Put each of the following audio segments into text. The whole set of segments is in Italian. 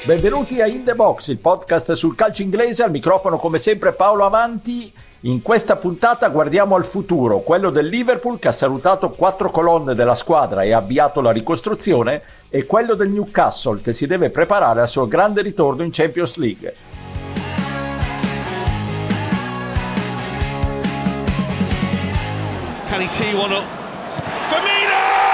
Benvenuti a In The Box, il podcast sul calcio inglese. Al microfono come sempre Paolo Avanti. In questa puntata guardiamo al futuro, quello del Liverpool che ha salutato 4 colonne della squadra e ha avviato la ricostruzione, e quello del Newcastle che si deve preparare al suo grande ritorno in Champions League. Can he tee one up? Firmino!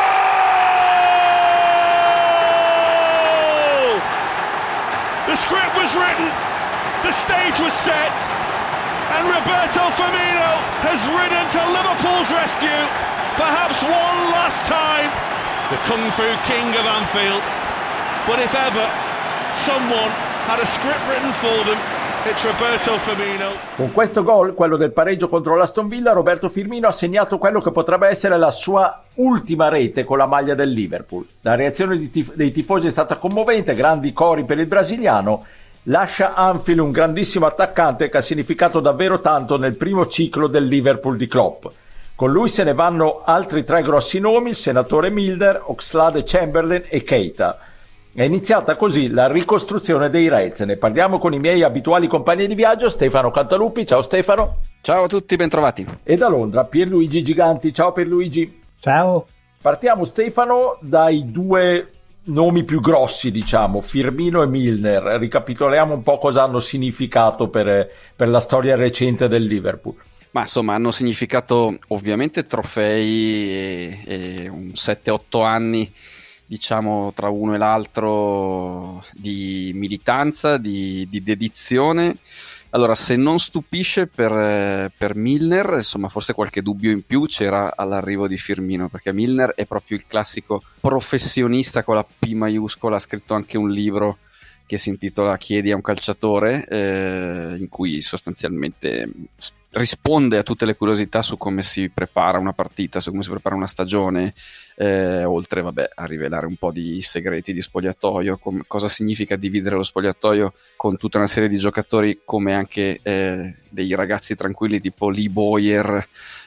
The script was written, the stage was set, and Roberto Firmino has ridden to Liverpool's rescue, perhaps one last time. The Kung Fu King of Anfield. But if ever someone had a script written for them, it's Roberto Firmino. Con questo gol, quello del pareggio contro l'Aston Villa, Roberto Firmino ha segnato quello che potrebbe essere la sua ultima rete con la maglia del Liverpool. La reazione dei tifosi è stata commovente, grandi cori per il brasiliano. Lascia Anfield un grandissimo attaccante che ha significato davvero tanto nel primo ciclo del Liverpool di Klopp. Con lui se ne vanno altri 3 grossi nomi: il senatore Milner, Oxlade-Chamberlain e Keita. È iniziata così la ricostruzione dei Reds. Ne parliamo con i miei abituali compagni di viaggio, Stefano Cantaluppi. Ciao Stefano. Ciao a tutti, bentrovati. E da Londra Pierluigi Giganti. Ciao Pierluigi. Ciao. Partiamo, Stefano, dai 2 nomi più grossi, diciamo, Firmino e Milner. Ricapitoliamo un po' cosa hanno significato per la storia recente del Liverpool. Ma insomma hanno significato ovviamente trofei e un 7-8 anni, diciamo, tra uno e l'altro di militanza, di dedizione. Allora, se non stupisce per Milner, insomma, forse qualche dubbio in più c'era all'arrivo di Firmino, perché Milner è proprio il classico professionista con la P maiuscola. Ha scritto anche un libro che si intitola Chiedi a un calciatore, in cui sostanzialmente risponde a tutte le curiosità su come si prepara una partita, su come si prepara una stagione, oltre a rivelare un po' di segreti di spogliatoio, cosa significa dividere lo spogliatoio con tutta una serie di giocatori, come anche dei ragazzi tranquilli tipo Lee Bowyer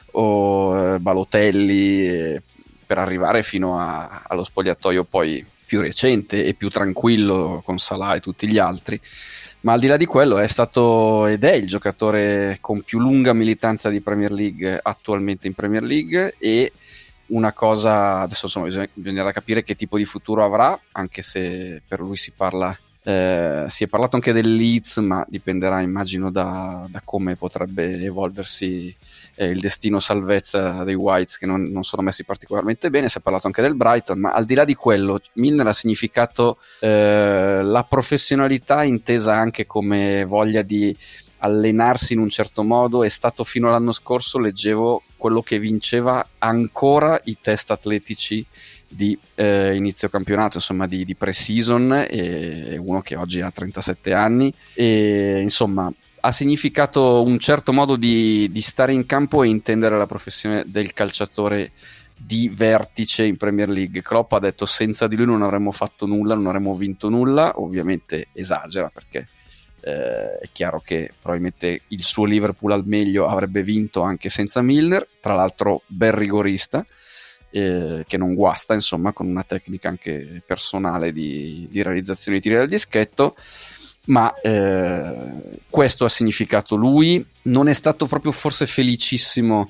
o Balotelli, per arrivare fino allo spogliatoio poi più recente e più tranquillo con Salah e tutti gli altri. Ma al di là di quello è stato ed è il giocatore con più lunga militanza di Premier League attualmente in Premier League, e una cosa, adesso insomma bisognerà capire che tipo di futuro avrà, anche se per lui si è parlato anche del Leeds, ma dipenderà, immagino, da come potrebbe evolversi il destino salvezza dei Whites, che non sono messi particolarmente bene. Si è parlato anche del Brighton, ma al di là di quello Milner ha significato la professionalità intesa anche come voglia di allenarsi in un certo modo. È stato fino all'anno scorso, leggevo, quello che vinceva ancora i test atletici di inizio campionato, insomma di pre-season, e uno che oggi ha 37 anni e insomma ha significato un certo modo di stare in campo e intendere la professione del calciatore di vertice in Premier League. Klopp ha detto senza di lui non avremmo fatto nulla, non avremmo vinto nulla. Ovviamente esagera, perché è chiaro che probabilmente il suo Liverpool al meglio avrebbe vinto anche senza Milner, tra l'altro ben rigorista, che non guasta, insomma, con una tecnica anche personale di realizzazione di tiri dal dischetto. Ma questo ha significato lui. Non è stato proprio forse felicissimo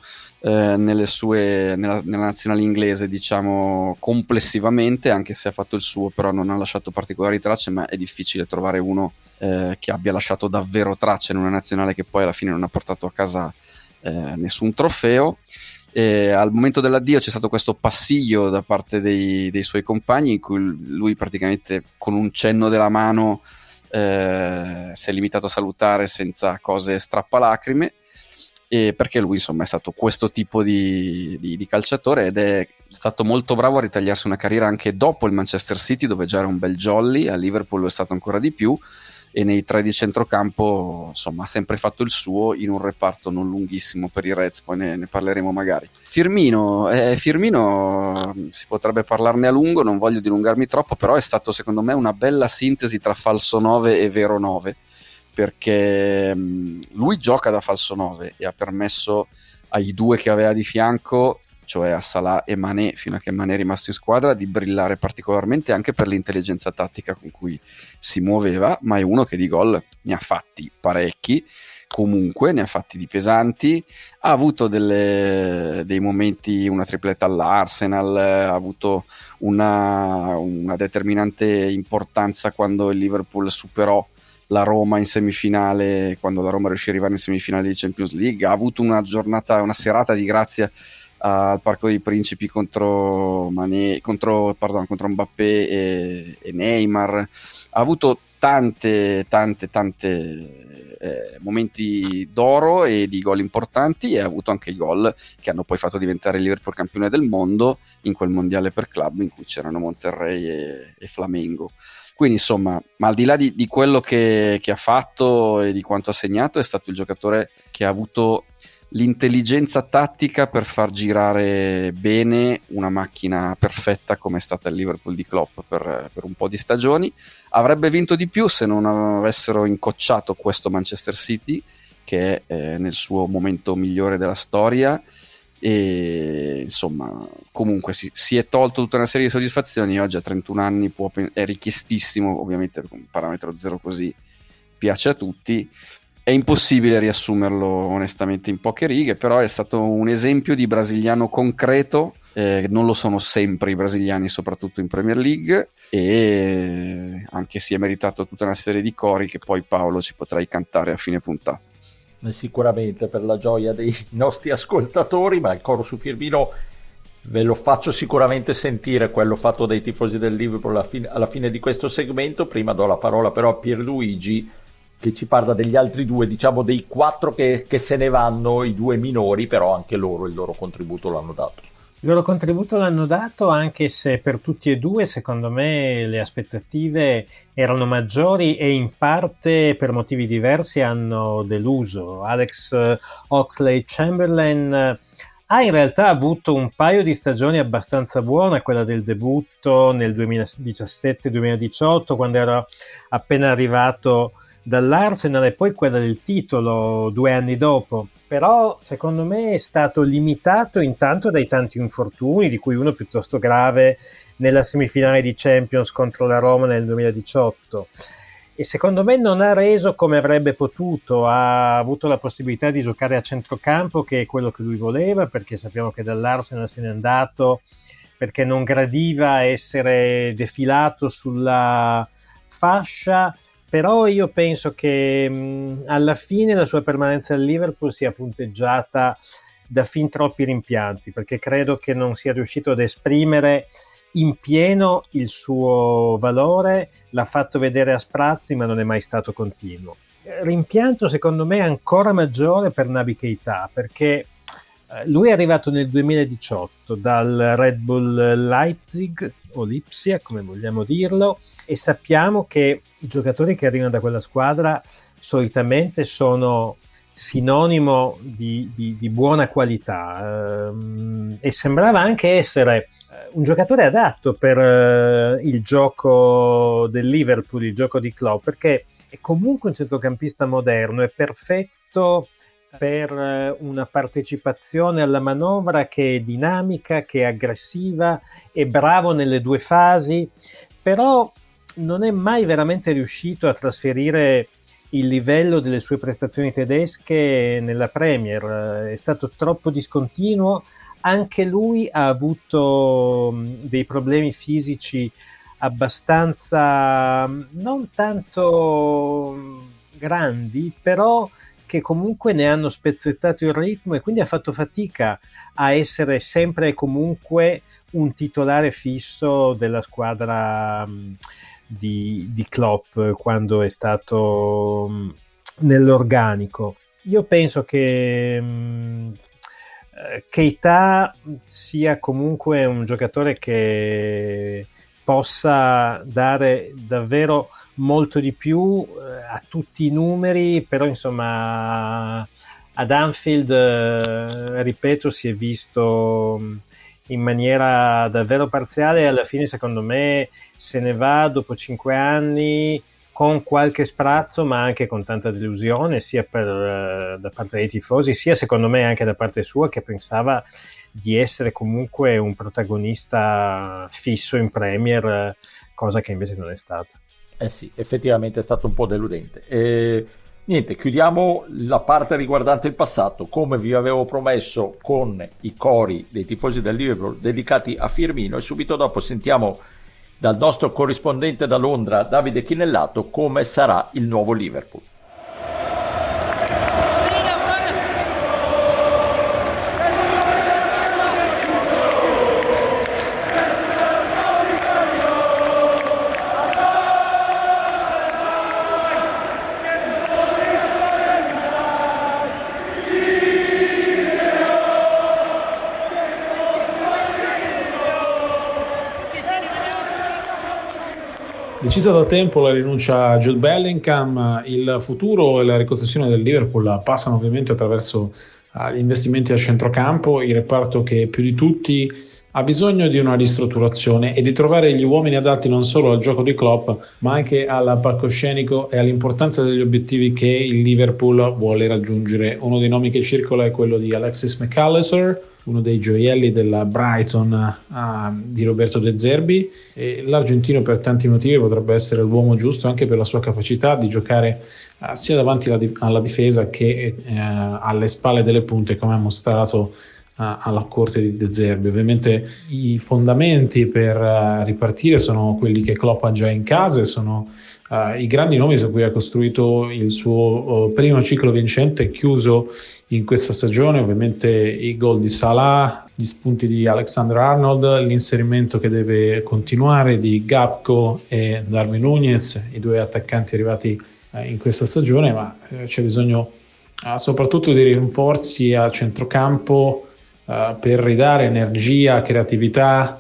nella nazionale inglese, diciamo, complessivamente, anche se ha fatto il suo, però non ha lasciato particolari tracce. Ma è difficile trovare uno che abbia lasciato davvero tracce in una nazionale che poi alla fine non ha portato a casa nessun trofeo. Al momento dell'addio c'è stato questo passiglio da parte dei suoi compagni, in cui lui praticamente con un cenno della mano si è limitato a salutare senza cose strappalacrime, perché lui insomma è stato questo tipo di calciatore, ed è stato molto bravo a ritagliarsi una carriera anche dopo il Manchester City, dove già era un bel jolly. A Liverpool lo è stato ancora di più, e nei 3 di centrocampo insomma ha sempre fatto il suo in un reparto non lunghissimo per i Reds. Poi ne parleremo magari. Firmino si potrebbe parlarne a lungo, non voglio dilungarmi troppo, però è stato secondo me una bella sintesi tra falso 9 e vero 9, perché lui gioca da falso 9 e ha permesso ai 2 che aveva di fianco cioè a Salah e Mané, fino a che Mané è rimasto in squadra, di brillare particolarmente anche per l'intelligenza tattica con cui si muoveva, ma è uno che di gol ne ha fatti parecchi, comunque ne ha fatti di pesanti, ha avuto dei momenti, una tripletta all'Arsenal, ha avuto una determinante importanza quando il Liverpool superò la Roma in semifinale, quando la Roma riuscì ad arrivare in semifinale di Champions League, ha avuto una serata di grazia al Parco dei Principi contro Mbappé e Neymar, ha avuto tante momenti d'oro e di gol importanti, e ha avuto anche i gol che hanno poi fatto diventare il Liverpool campione del mondo in quel mondiale per club in cui c'erano Monterrey e Flamengo. Quindi insomma, ma al di là di quello che ha fatto e di quanto ha segnato, è stato il giocatore che ha avuto l'intelligenza tattica per far girare bene una macchina perfetta come è stata il Liverpool di Klopp per un po' di stagioni. Avrebbe vinto di più se non avessero incocciato questo Manchester City, che è nel suo momento migliore della storia, e insomma comunque si è tolto tutta una serie di soddisfazioni. Oggi a 31 anni è richiestissimo, ovviamente con un parametro zero così piace a tutti. È impossibile riassumerlo onestamente in poche righe, però è stato un esempio di brasiliano concreto. Non lo sono sempre i brasiliani, soprattutto in Premier League, e anche si è meritato tutta una serie di cori che poi, Paolo, ci potrai cantare a fine puntata. Sicuramente per la gioia dei nostri ascoltatori, ma il coro su Firmino ve lo faccio sicuramente sentire, quello fatto dai tifosi del Liverpool alla fine di questo segmento. Prima do la parola però a Pierluigi, che ci parla degli altri due, diciamo dei 4 che se ne vanno, i 2 minori, però anche loro il loro contributo l'hanno dato. Il loro contributo l'hanno dato, anche se per tutti e due secondo me le aspettative erano maggiori e in parte per motivi diversi hanno deluso. Alex Oxlade-Chamberlain ha in realtà avuto un paio di stagioni abbastanza buone, quella del debutto nel 2017-2018, quando era appena arrivato dall'Arsenal, e poi quella del titolo 2 anni dopo. Però secondo me è stato limitato intanto dai tanti infortuni, di cui uno piuttosto grave nella semifinale di Champions contro la Roma nel 2018, e secondo me non ha reso come avrebbe potuto. Ha avuto la possibilità di giocare a centrocampo, che è quello che lui voleva, perché sappiamo che dall'Arsenal se n'è andato perché non gradiva essere defilato sulla fascia. Però io penso che alla fine la sua permanenza al Liverpool sia punteggiata da fin troppi rimpianti, perché credo che non sia riuscito ad esprimere in pieno il suo valore. L'ha fatto vedere a sprazzi, ma non è mai stato continuo. Rimpianto secondo me ancora maggiore per Naby Keita, perché lui è arrivato nel 2018 dal Red Bull Leipzig o Lipsia, come vogliamo dirlo, e sappiamo che i giocatori che arrivano da quella squadra solitamente sono sinonimo di buona qualità, e sembrava anche essere un giocatore adatto per il gioco del Liverpool, il gioco di Klopp, perché è comunque un centrocampista moderno, è perfetto per una partecipazione alla manovra che è dinamica, che è aggressiva, è bravo nelle due fasi, però non è mai veramente riuscito a trasferire il livello delle sue prestazioni tedesche nella Premier. È stato troppo discontinuo. Anche lui ha avuto dei problemi fisici abbastanza non tanto grandi, però che comunque ne hanno spezzettato il ritmo, e quindi ha fatto fatica a essere sempre e comunque un titolare fisso della squadra di Klopp quando è stato nell'organico. Io penso che Keita sia comunque un giocatore che possa dare davvero molto di più a tutti i numeri, però insomma ad Anfield, ripeto, si è visto in maniera davvero parziale, e alla fine secondo me se ne va dopo 5 anni con qualche sprazzo, ma anche con tanta delusione, sia da parte dei tifosi, sia secondo me anche da parte sua, che pensava di essere comunque un protagonista fisso in Premier, cosa che invece non è stata. Sì, effettivamente è stato un po' deludente. Niente, chiudiamo la parte riguardante il passato. Come vi avevo promesso, con i cori dei tifosi del Liverpool dedicati a Firmino, e subito dopo sentiamo dal nostro corrispondente da Londra, Davide Chinellato, come sarà il nuovo Liverpool. Decisa da tempo la rinuncia a Jude Bellingham, il futuro e la ricostruzione del Liverpool passano ovviamente attraverso gli investimenti a centrocampo, il reparto che più di tutti ha bisogno di una ristrutturazione e di trovare gli uomini adatti non solo al gioco di Klopp, ma anche al palcoscenico e all'importanza degli obiettivi che il Liverpool vuole raggiungere. Uno dei nomi che circola è quello di Alexis McAllister, uno dei gioielli della Brighton di Roberto De Zerbi, e l'argentino per tanti motivi potrebbe essere l'uomo giusto anche per la sua capacità di giocare sia davanti alla difesa che alle spalle delle punte, come ha mostrato alla corte di De Zerbi. Ovviamente i fondamenti per ripartire sono quelli che Klopp ha già in casa e sono i grandi nomi su cui ha costruito il suo primo ciclo vincente, chiuso in questa stagione. Ovviamente i gol di Salah, gli spunti di Alexander-Arnold, l'inserimento che deve continuare di Gakpo e Darwin Núñez, i due attaccanti arrivati in questa stagione, ma c'è bisogno soprattutto di rinforzi a centrocampo per ridare energia, creatività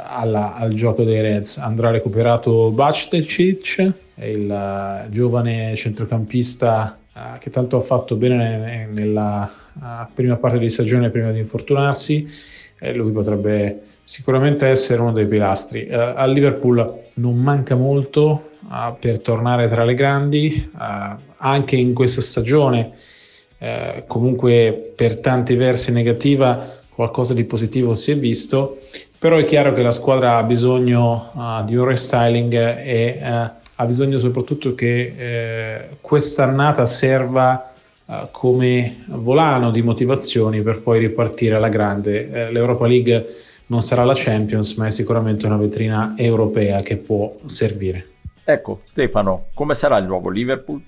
al gioco dei Reds. Andrà recuperato Bajcetic, il giovane centrocampista che tanto ha fatto bene nella prima parte di stagione prima di infortunarsi, e lui potrebbe sicuramente essere uno dei pilastri. Al Liverpool non manca molto per tornare tra le grandi, anche in questa stagione comunque per tanti versi negativa, qualcosa di positivo si è visto, però è chiaro che la squadra ha bisogno di un restyling e ha bisogno soprattutto che quest'annata serva come volano di motivazioni per poi ripartire alla grande. L'Europa League non sarà la Champions, ma è sicuramente una vetrina europea che può servire. Ecco, Stefano, come sarà il nuovo Liverpool?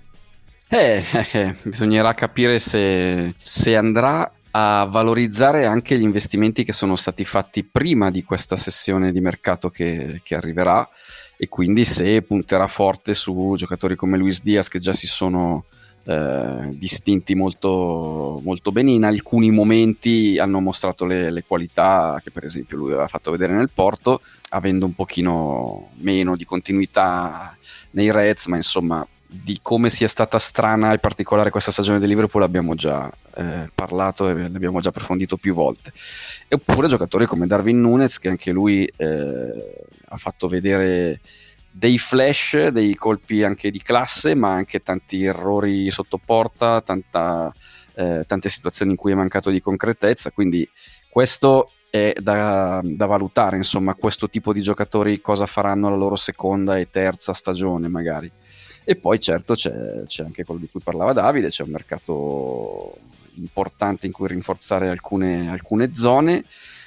Bisognerà capire se andrà a valorizzare anche gli investimenti che sono stati fatti prima di questa sessione di mercato che arriverà, e quindi se punterà forte su giocatori come Luis Diaz, che già si sono distinti molto, molto bene. In alcuni momenti hanno mostrato le qualità che per esempio lui aveva fatto vedere nel Porto, avendo un pochino meno di continuità nei Reds, ma insomma di come sia stata strana e particolare questa stagione del Liverpool abbiamo già parlato e l'abbiamo già approfondito più volte. E oppure giocatori come Darwin Núñez, che anche lui ha fatto vedere dei flash, dei colpi anche di classe, ma anche tanti errori sotto porta, tante situazioni in cui è mancato di concretezza, quindi questo è da valutare, insomma, questo tipo di giocatori cosa faranno la loro seconda e terza stagione magari. E poi certo c'è anche quello di cui parlava Davide, c'è un mercato importante in cui rinforzare alcune zone.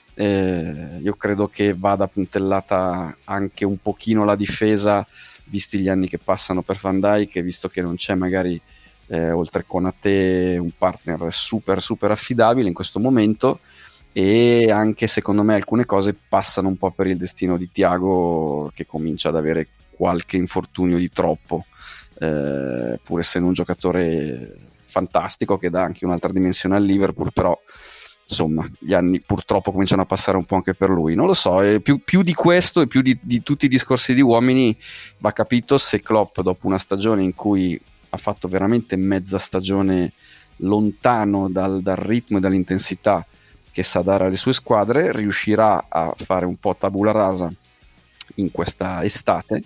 Io credo che vada puntellata anche un pochino la difesa, visti gli anni che passano per Van Dijk, visto che non c'è magari oltre Konaté un partner super super affidabile in questo momento, e anche secondo me alcune cose passano un po' per il destino di Thiago, che comincia ad avere qualche infortunio di troppo, pur essendo un giocatore fantastico che dà anche un'altra dimensione al Liverpool, però insomma gli anni purtroppo cominciano a passare un po' anche per lui. Non lo so, più di questo e più di tutti i discorsi di uomini va capito se Klopp, dopo una stagione in cui ha fatto veramente mezza stagione lontano dal ritmo e dall'intensità che sa dare alle sue squadre, riuscirà a fare un po' tabula rasa in questa estate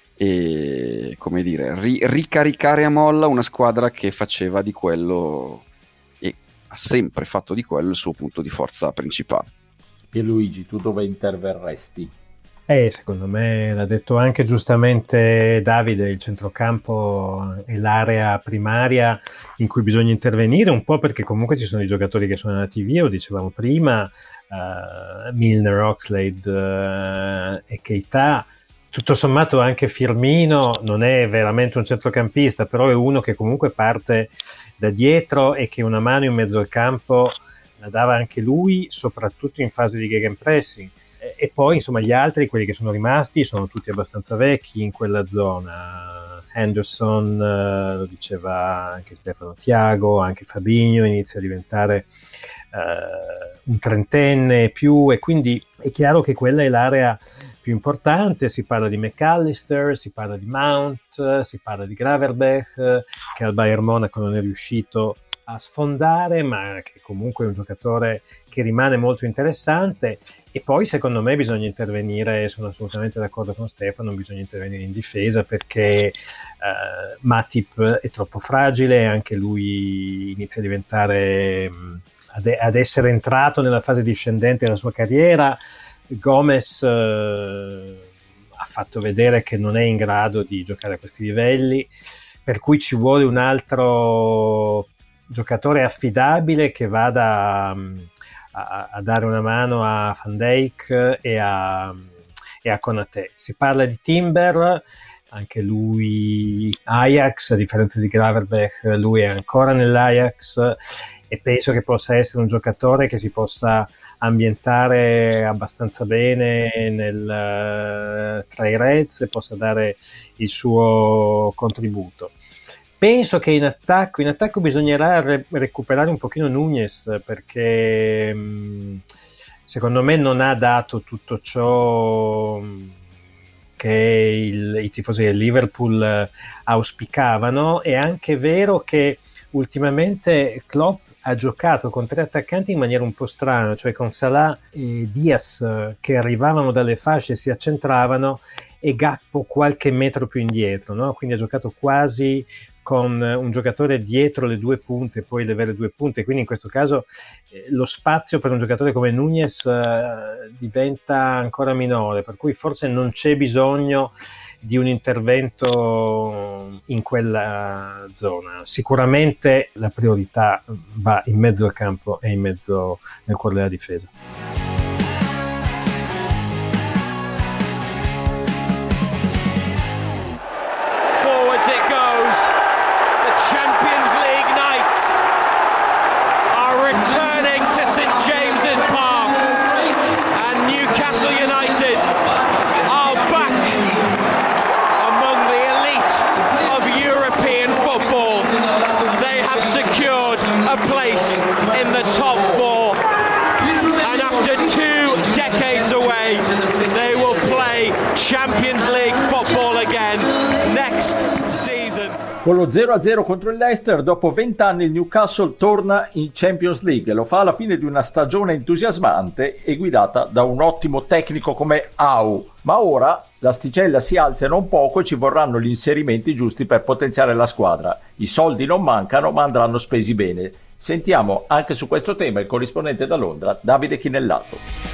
e, come dire, ricaricare a molla una squadra che faceva di quello, e ha sempre fatto di quello il suo punto di forza principale. Pierluigi, tu dove interverresti? Secondo me l'ha detto anche giustamente Davide, il centrocampo è l'area primaria in cui bisogna intervenire, un po' perché comunque ci sono i giocatori che sono andati via, lo dicevamo prima, Milner, Oxlade e Keita. Tutto sommato anche Firmino non è veramente un centrocampista, però è uno che comunque parte da dietro e che una mano in mezzo al campo la dava anche lui, soprattutto in fase di gegenpressing. E poi insomma gli altri, quelli che sono rimasti, sono tutti abbastanza vecchi in quella zona. Henderson, lo diceva anche Stefano Thiago, anche Fabinho inizia a diventare un trentenne più, e quindi è chiaro che quella è l'area più importante. Si parla di McAllister, si parla di Mount, si parla di Gravenberch, che al Bayern Monaco non è riuscito a sfondare, ma che comunque è un giocatore che rimane molto interessante. E poi secondo me bisogna intervenire, sono assolutamente d'accordo con Stefano, bisogna intervenire in difesa, perché Matip è troppo fragile, anche lui inizia a diventare ad essere entrato nella fase discendente della sua carriera. Gomez ha fatto vedere che non è in grado di giocare a questi livelli, per cui ci vuole un altro giocatore affidabile che vada a dare una mano a Van Dijk e a Konaté. Si parla di Timber, anche lui Ajax, a differenza di Gravenberch, lui è ancora nell'Ajax e penso che possa essere un giocatore che si possa ambientare abbastanza bene tra i Reds e possa dare il suo contributo. Penso che in attacco bisognerà recuperare un pochino Núñez, perché secondo me non ha dato tutto ciò che i tifosi del Liverpool auspicavano. È anche vero che ultimamente Klopp ha giocato con tre attaccanti in maniera un po' strana, cioè con Salah e Diaz che arrivavano dalle fasce e si accentravano, e Gakpo qualche metro più indietro, no? Quindi ha giocato quasi con un giocatore dietro le due punte e poi le vere due punte, quindi in questo caso lo spazio per un giocatore come Núñez diventa ancora minore, per cui forse non c'è bisogno di un intervento in quella zona. Sicuramente la priorità va in mezzo al campo e in mezzo nel cuore della difesa. Champions League football again next season. Con lo 0-0 contro il Leicester, dopo 20 anni il Newcastle torna in Champions League. Lo fa alla fine di una stagione entusiasmante e guidata da un ottimo tecnico come Au. Ma ora l'asticella si alza non poco e ci vorranno gli inserimenti giusti per potenziare la squadra. I soldi non mancano, ma andranno spesi bene. Sentiamo anche su questo tema il corrispondente da Londra, Davide Chinellato.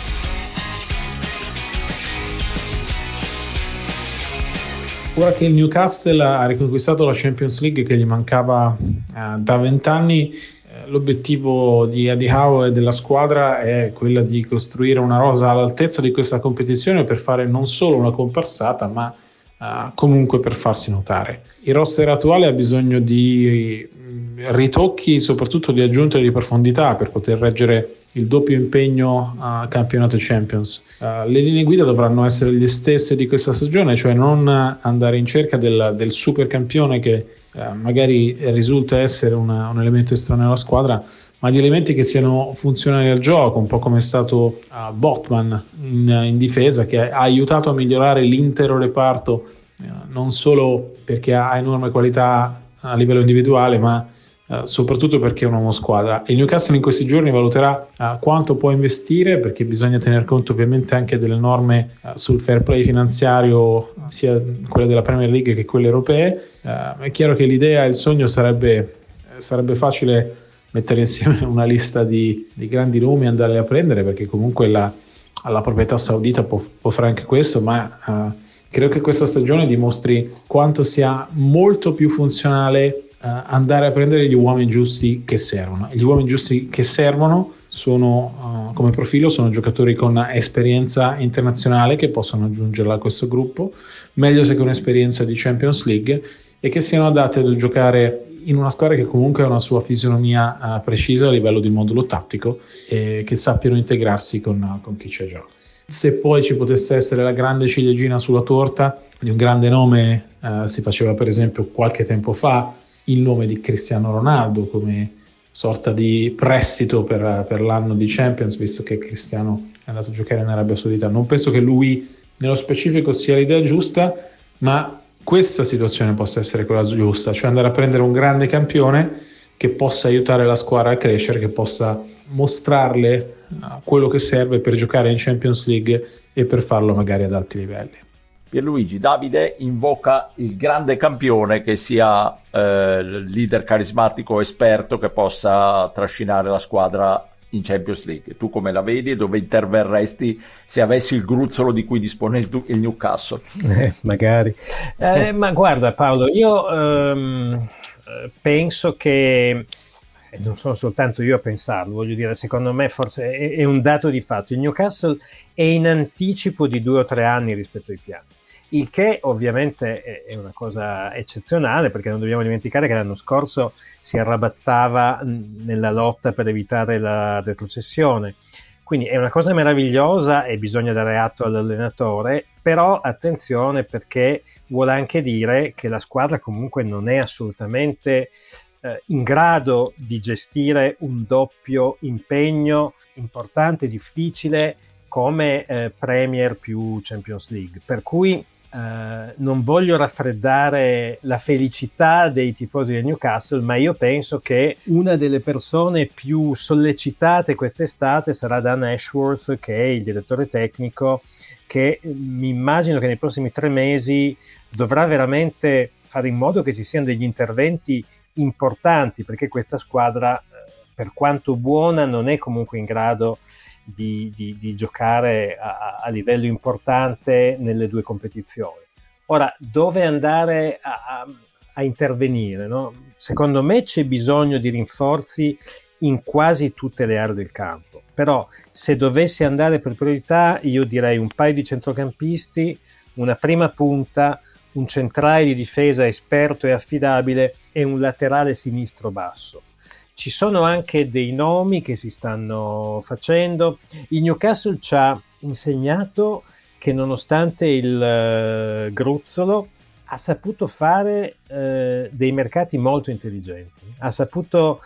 Ora che il Newcastle ha riconquistato la Champions League che gli mancava da 20 anni, l'obiettivo di Eddie Howe e della squadra è quella di costruire una rosa all'altezza di questa competizione per fare non solo una comparsata, ma comunque per farsi notare. Il roster attuale ha bisogno di ritocchi, soprattutto di aggiunte di profondità per poter reggere il doppio impegno a campionato Champions. Le linee guida dovranno essere le stesse di questa stagione, cioè non andare in cerca del super campione che magari risulta essere un elemento estraneo alla squadra, ma di elementi che siano funzionali al gioco, un po' come è stato Botman in difesa, che ha aiutato a migliorare l'intero reparto, non solo perché ha enorme qualità a livello individuale, ma soprattutto perché è un uomo squadra. E il Newcastle in questi giorni valuterà quanto può investire, perché bisogna tener conto ovviamente anche delle norme sul fair play finanziario, sia quelle della Premier League che quelle europee. È chiaro che l'idea e il sogno sarebbe facile mettere insieme una lista di grandi nomi e andarli a prendere, perché comunque la proprietà saudita può fare anche questo, ma credo che questa stagione dimostri quanto sia molto più funzionale andare a prendere gli uomini giusti che servono. E gli uomini giusti che servono sono, come profilo, sono giocatori con esperienza internazionale che possono aggiungerla a questo gruppo, meglio se con esperienza di Champions League, e che siano adatti a giocare in una squadra che comunque ha una sua fisionomia precisa a livello di modulo tattico, e che sappiano integrarsi con chi c'è già. Se poi ci potesse essere la grande ciliegina sulla torta di un grande nome, si faceva per esempio qualche tempo fa il nome di Cristiano Ronaldo come sorta di prestito per l'anno di Champions, visto che Cristiano è andato a giocare in Arabia Saudita. Non penso che lui nello specifico sia l'idea giusta, ma questa situazione possa essere quella giusta, cioè andare a prendere un grande campione che possa aiutare la squadra a crescere, che possa mostrarle quello che serve per giocare in Champions League e per farlo magari ad alti livelli. Pierluigi, Davide invoca il grande campione che sia il leader carismatico, esperto, che possa trascinare la squadra in Champions League. Tu come la vedi e dove interverresti se avessi il gruzzolo di cui dispone il Newcastle? Magari. Ma guarda Paolo, io penso che, non sono soltanto io a pensarlo, voglio dire, secondo me forse è un dato di fatto, il Newcastle è in anticipo di 2 o 3 anni rispetto ai piani, il che ovviamente è una cosa eccezionale, perché non dobbiamo dimenticare che l'anno scorso si arrabattava nella lotta per evitare la retrocessione, quindi è una cosa meravigliosa e bisogna dare atto all'allenatore, però attenzione, perché vuole anche dire che la squadra comunque non è assolutamente in grado di gestire un doppio impegno importante, difficile, come Premier più Champions League, per cui non voglio raffreddare la felicità dei tifosi del Newcastle, ma io penso che una delle persone più sollecitate quest'estate sarà Dan Ashworth, che è il direttore tecnico, che mi immagino che nei prossimi 3 mesi dovrà veramente fare in modo che ci siano degli interventi importanti, perché questa squadra, per quanto buona, non è comunque in grado di giocare a livello importante nelle 2 competizioni. Ora, dove andare a intervenire, no? Secondo me c'è bisogno di rinforzi in quasi tutte le aree del campo, però se dovessi andare per priorità io direi un paio di centrocampisti, una prima punta, un centrale di difesa esperto e affidabile e un laterale sinistro basso. Ci sono anche dei nomi che si stanno facendo. Il Newcastle ci ha insegnato che nonostante il gruzzolo ha saputo fare dei mercati molto intelligenti, ha saputo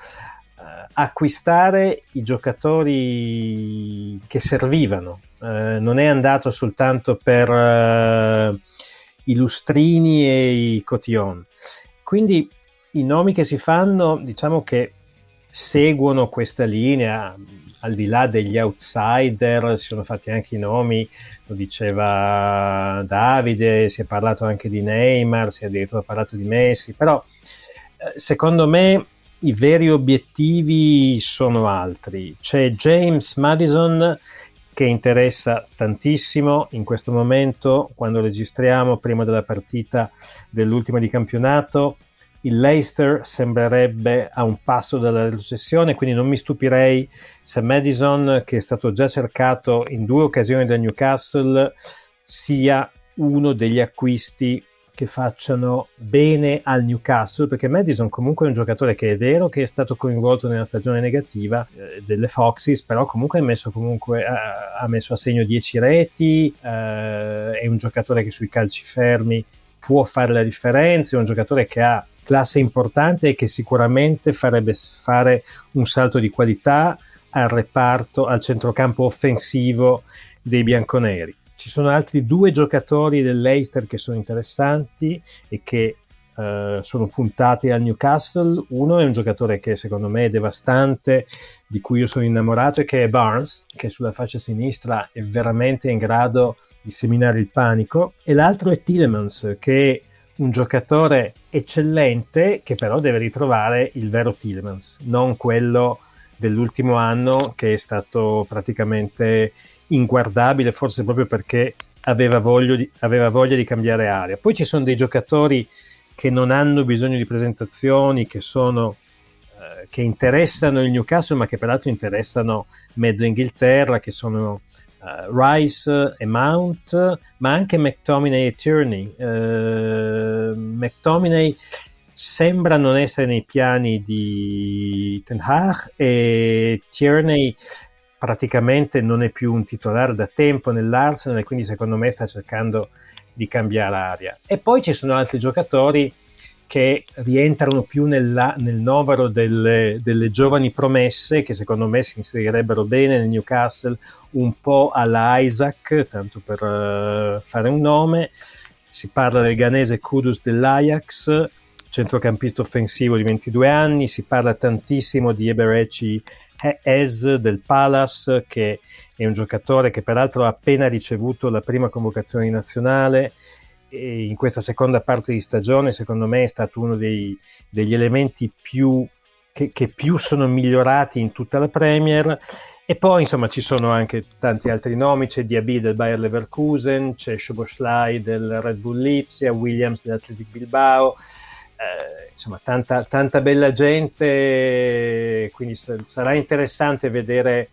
acquistare i giocatori che servivano, non è andato soltanto per i lustrini e i cotillon. Quindi i nomi che si fanno, diciamo che seguono questa linea, al di là degli outsider. Si sono fatti anche i nomi, lo diceva Davide, si è parlato anche di Neymar, si è addirittura parlato di Messi, però secondo me i veri obiettivi sono altri. C'è James Maddison che interessa tantissimo in questo momento, quando registriamo prima della partita dell'ultima di campionato. Il Leicester sembrerebbe a un passo dalla retrocessione, quindi non mi stupirei se Maddison, che è stato già cercato in 2 occasioni da Newcastle, sia uno degli acquisti che facciano bene al Newcastle, perché Maddison comunque è un giocatore che è vero che è stato coinvolto nella stagione negativa delle Foxes, però comunque ha messo a segno 10 reti, è un giocatore che sui calci fermi può fare la differenza, è un giocatore che ha classe importante e che sicuramente farebbe fare un salto di qualità al reparto, al centrocampo offensivo dei bianconeri. Ci sono altri 2 giocatori del Leicester che sono interessanti e che sono puntati al Newcastle. Uno è un giocatore che secondo me è devastante, di cui io sono innamorato, e che è Barnes, che sulla fascia sinistra è veramente in grado di seminare il panico, e l'altro è Tielemans, che è un giocatore eccellente, che però deve ritrovare il vero Tielemans, non quello dell'ultimo anno che è stato praticamente inguardabile, forse proprio perché aveva voglia di cambiare area. Poi ci sono dei giocatori che non hanno bisogno di presentazioni, che interessano il Newcastle, ma che peraltro interessano mezza Inghilterra, che sono Rice e Mount, ma anche McTominay e Tierney. McTominay sembra non essere nei piani di Ten Hag, e Tierney praticamente non è più un titolare da tempo nell'Arsenal, e quindi secondo me sta cercando di cambiare aria. E poi ci sono altri giocatori che rientrano più nel novero delle giovani promesse, che secondo me si inserirebbero bene nel Newcastle, un po' alla Isaac, tanto per fare un nome. Si parla del ghanese Kudus dell'Ajax, centrocampista offensivo di 22 anni, si parla tantissimo di Eberechi Ez del Palace, che è un giocatore che peraltro ha appena ricevuto la prima convocazione in nazionale, e in questa seconda parte di stagione secondo me è stato uno degli elementi che più sono migliorati in tutta la Premier. E poi insomma ci sono anche tanti altri nomi, c'è Diaby del Bayer Leverkusen, c'è Szoboszlai del Red Bull Lipsia, Williams dell'Athletic Bilbao, insomma tanta bella gente, quindi sarà interessante vedere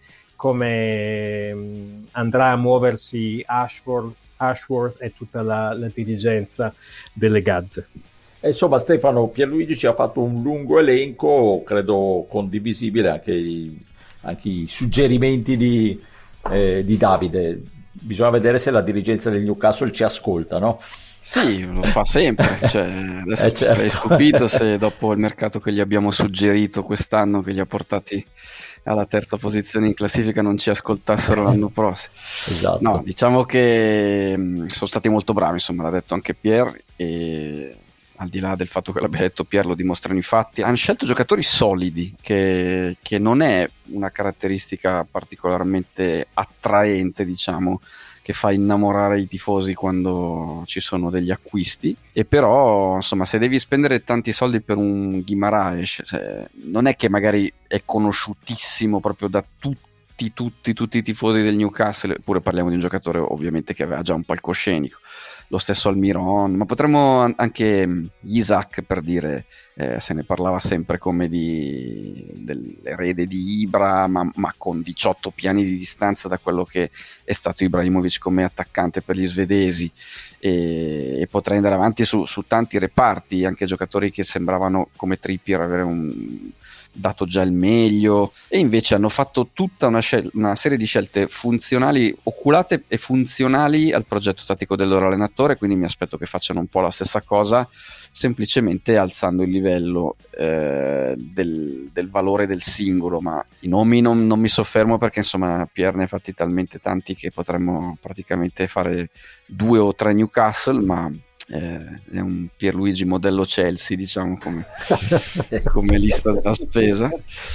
come andrà a muoversi Ashworth e tutta la dirigenza delle Gazze. Insomma, Stefano, Pierluigi ci ha fatto un lungo elenco, credo condivisibile, anche i suggerimenti di Davide. Bisogna vedere se la dirigenza del Newcastle ci ascolta, no? Sì, lo fa sempre. Adesso certo. Sarei stupito se dopo il mercato che gli abbiamo suggerito quest'anno, che li ha portati alla terza posizione in classifica, non ci ascoltassero l'anno prossimo. Esatto. No, diciamo che sono stati molto bravi, insomma, l'ha detto anche Pier, e al di là del fatto che l'abbia detto Pier, lo dimostrano i fatti. Hanno scelto giocatori solidi, che non è una caratteristica particolarmente attraente, diciamo, che fa innamorare i tifosi quando ci sono degli acquisti. E però, insomma, se devi spendere tanti soldi per un Guimaraes, non è che magari è conosciutissimo proprio da tutti i tifosi del Newcastle, eppure parliamo di un giocatore ovviamente che aveva già un palcoscenico. Lo stesso Almiron, ma potremmo anche Isaac, per dire, se ne parlava sempre come dell'erede di Ibra, ma con 18 piani di distanza da quello che è stato Ibrahimovic come attaccante per gli svedesi, e potrei andare avanti su tanti reparti, anche giocatori che sembravano come Trippier avere dato già il meglio, e invece hanno fatto tutta una serie di scelte funzionali, oculate e funzionali al progetto tattico del loro allenatore. Quindi mi aspetto che facciano un po' la stessa cosa, semplicemente alzando il livello del valore del singolo. Ma i nomi non mi soffermo, perché insomma Pier ne ha fatti talmente tanti che potremmo praticamente fare 2 o 3 Newcastle, ma è un Pierluigi modello Chelsea, diciamo, come lista della spesa.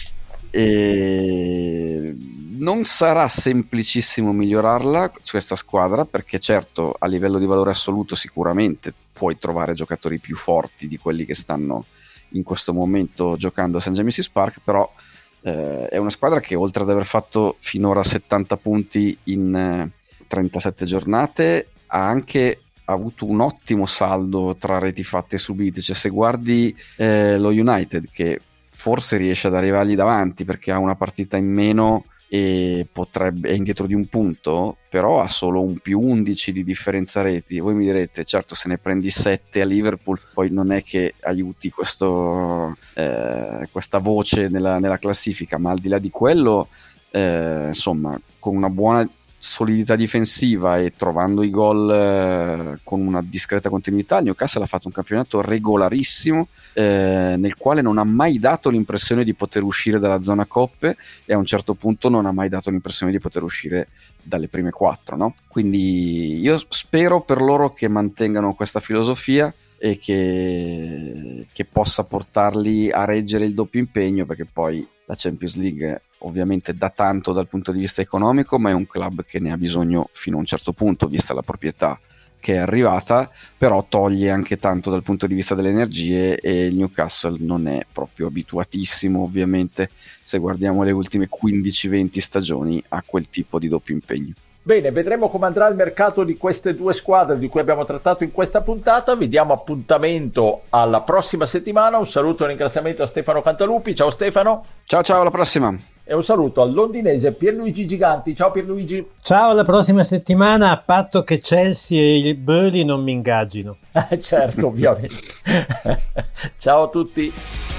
E non sarà semplicissimo migliorarla questa squadra, perché certo a livello di valore assoluto sicuramente puoi trovare giocatori più forti di quelli che stanno in questo momento giocando a St. James's Park, però è una squadra che, oltre ad aver fatto finora 70 punti in 37 giornate, ha anche avuto un ottimo saldo tra reti fatte e subite. Cioè, se guardi lo United, che forse riesce ad arrivargli davanti perché ha una partita in meno e è indietro di un punto, però ha solo un più 11 di differenza reti. Voi mi direte, certo, se ne prendi 7 a Liverpool poi non è che aiuti questa voce nella classifica, ma al di là di quello, insomma, con una buona solidità difensiva e trovando i gol con una discreta continuità, il Newcastle ha fatto un campionato regolarissimo, nel quale non ha mai dato l'impressione di poter uscire dalla zona coppe, e a un certo punto non ha mai dato l'impressione di poter uscire dalle prime 4, no? Quindi io spero per loro che mantengano questa filosofia e che possa portarli a reggere il doppio impegno, perché poi la Champions League ovviamente dà tanto dal punto di vista economico, ma è un club che ne ha bisogno fino a un certo punto, vista la proprietà che è arrivata, però toglie anche tanto dal punto di vista delle energie, e il Newcastle non è proprio abituatissimo, ovviamente, se guardiamo le ultime 15-20 stagioni, a quel tipo di doppio impegno. Bene, vedremo come andrà il mercato di queste due squadre di cui abbiamo trattato in questa puntata. Vi diamo appuntamento alla prossima settimana. Un saluto e un ringraziamento a Stefano Cantalupi. Ciao Stefano. Ciao, alla prossima. E un saluto al londinese Pierluigi Giganti. Ciao Pierluigi. Ciao, alla prossima settimana, a patto che Chelsea e i Burnley non mi ingaggino. Certo, ovviamente. Ciao a tutti.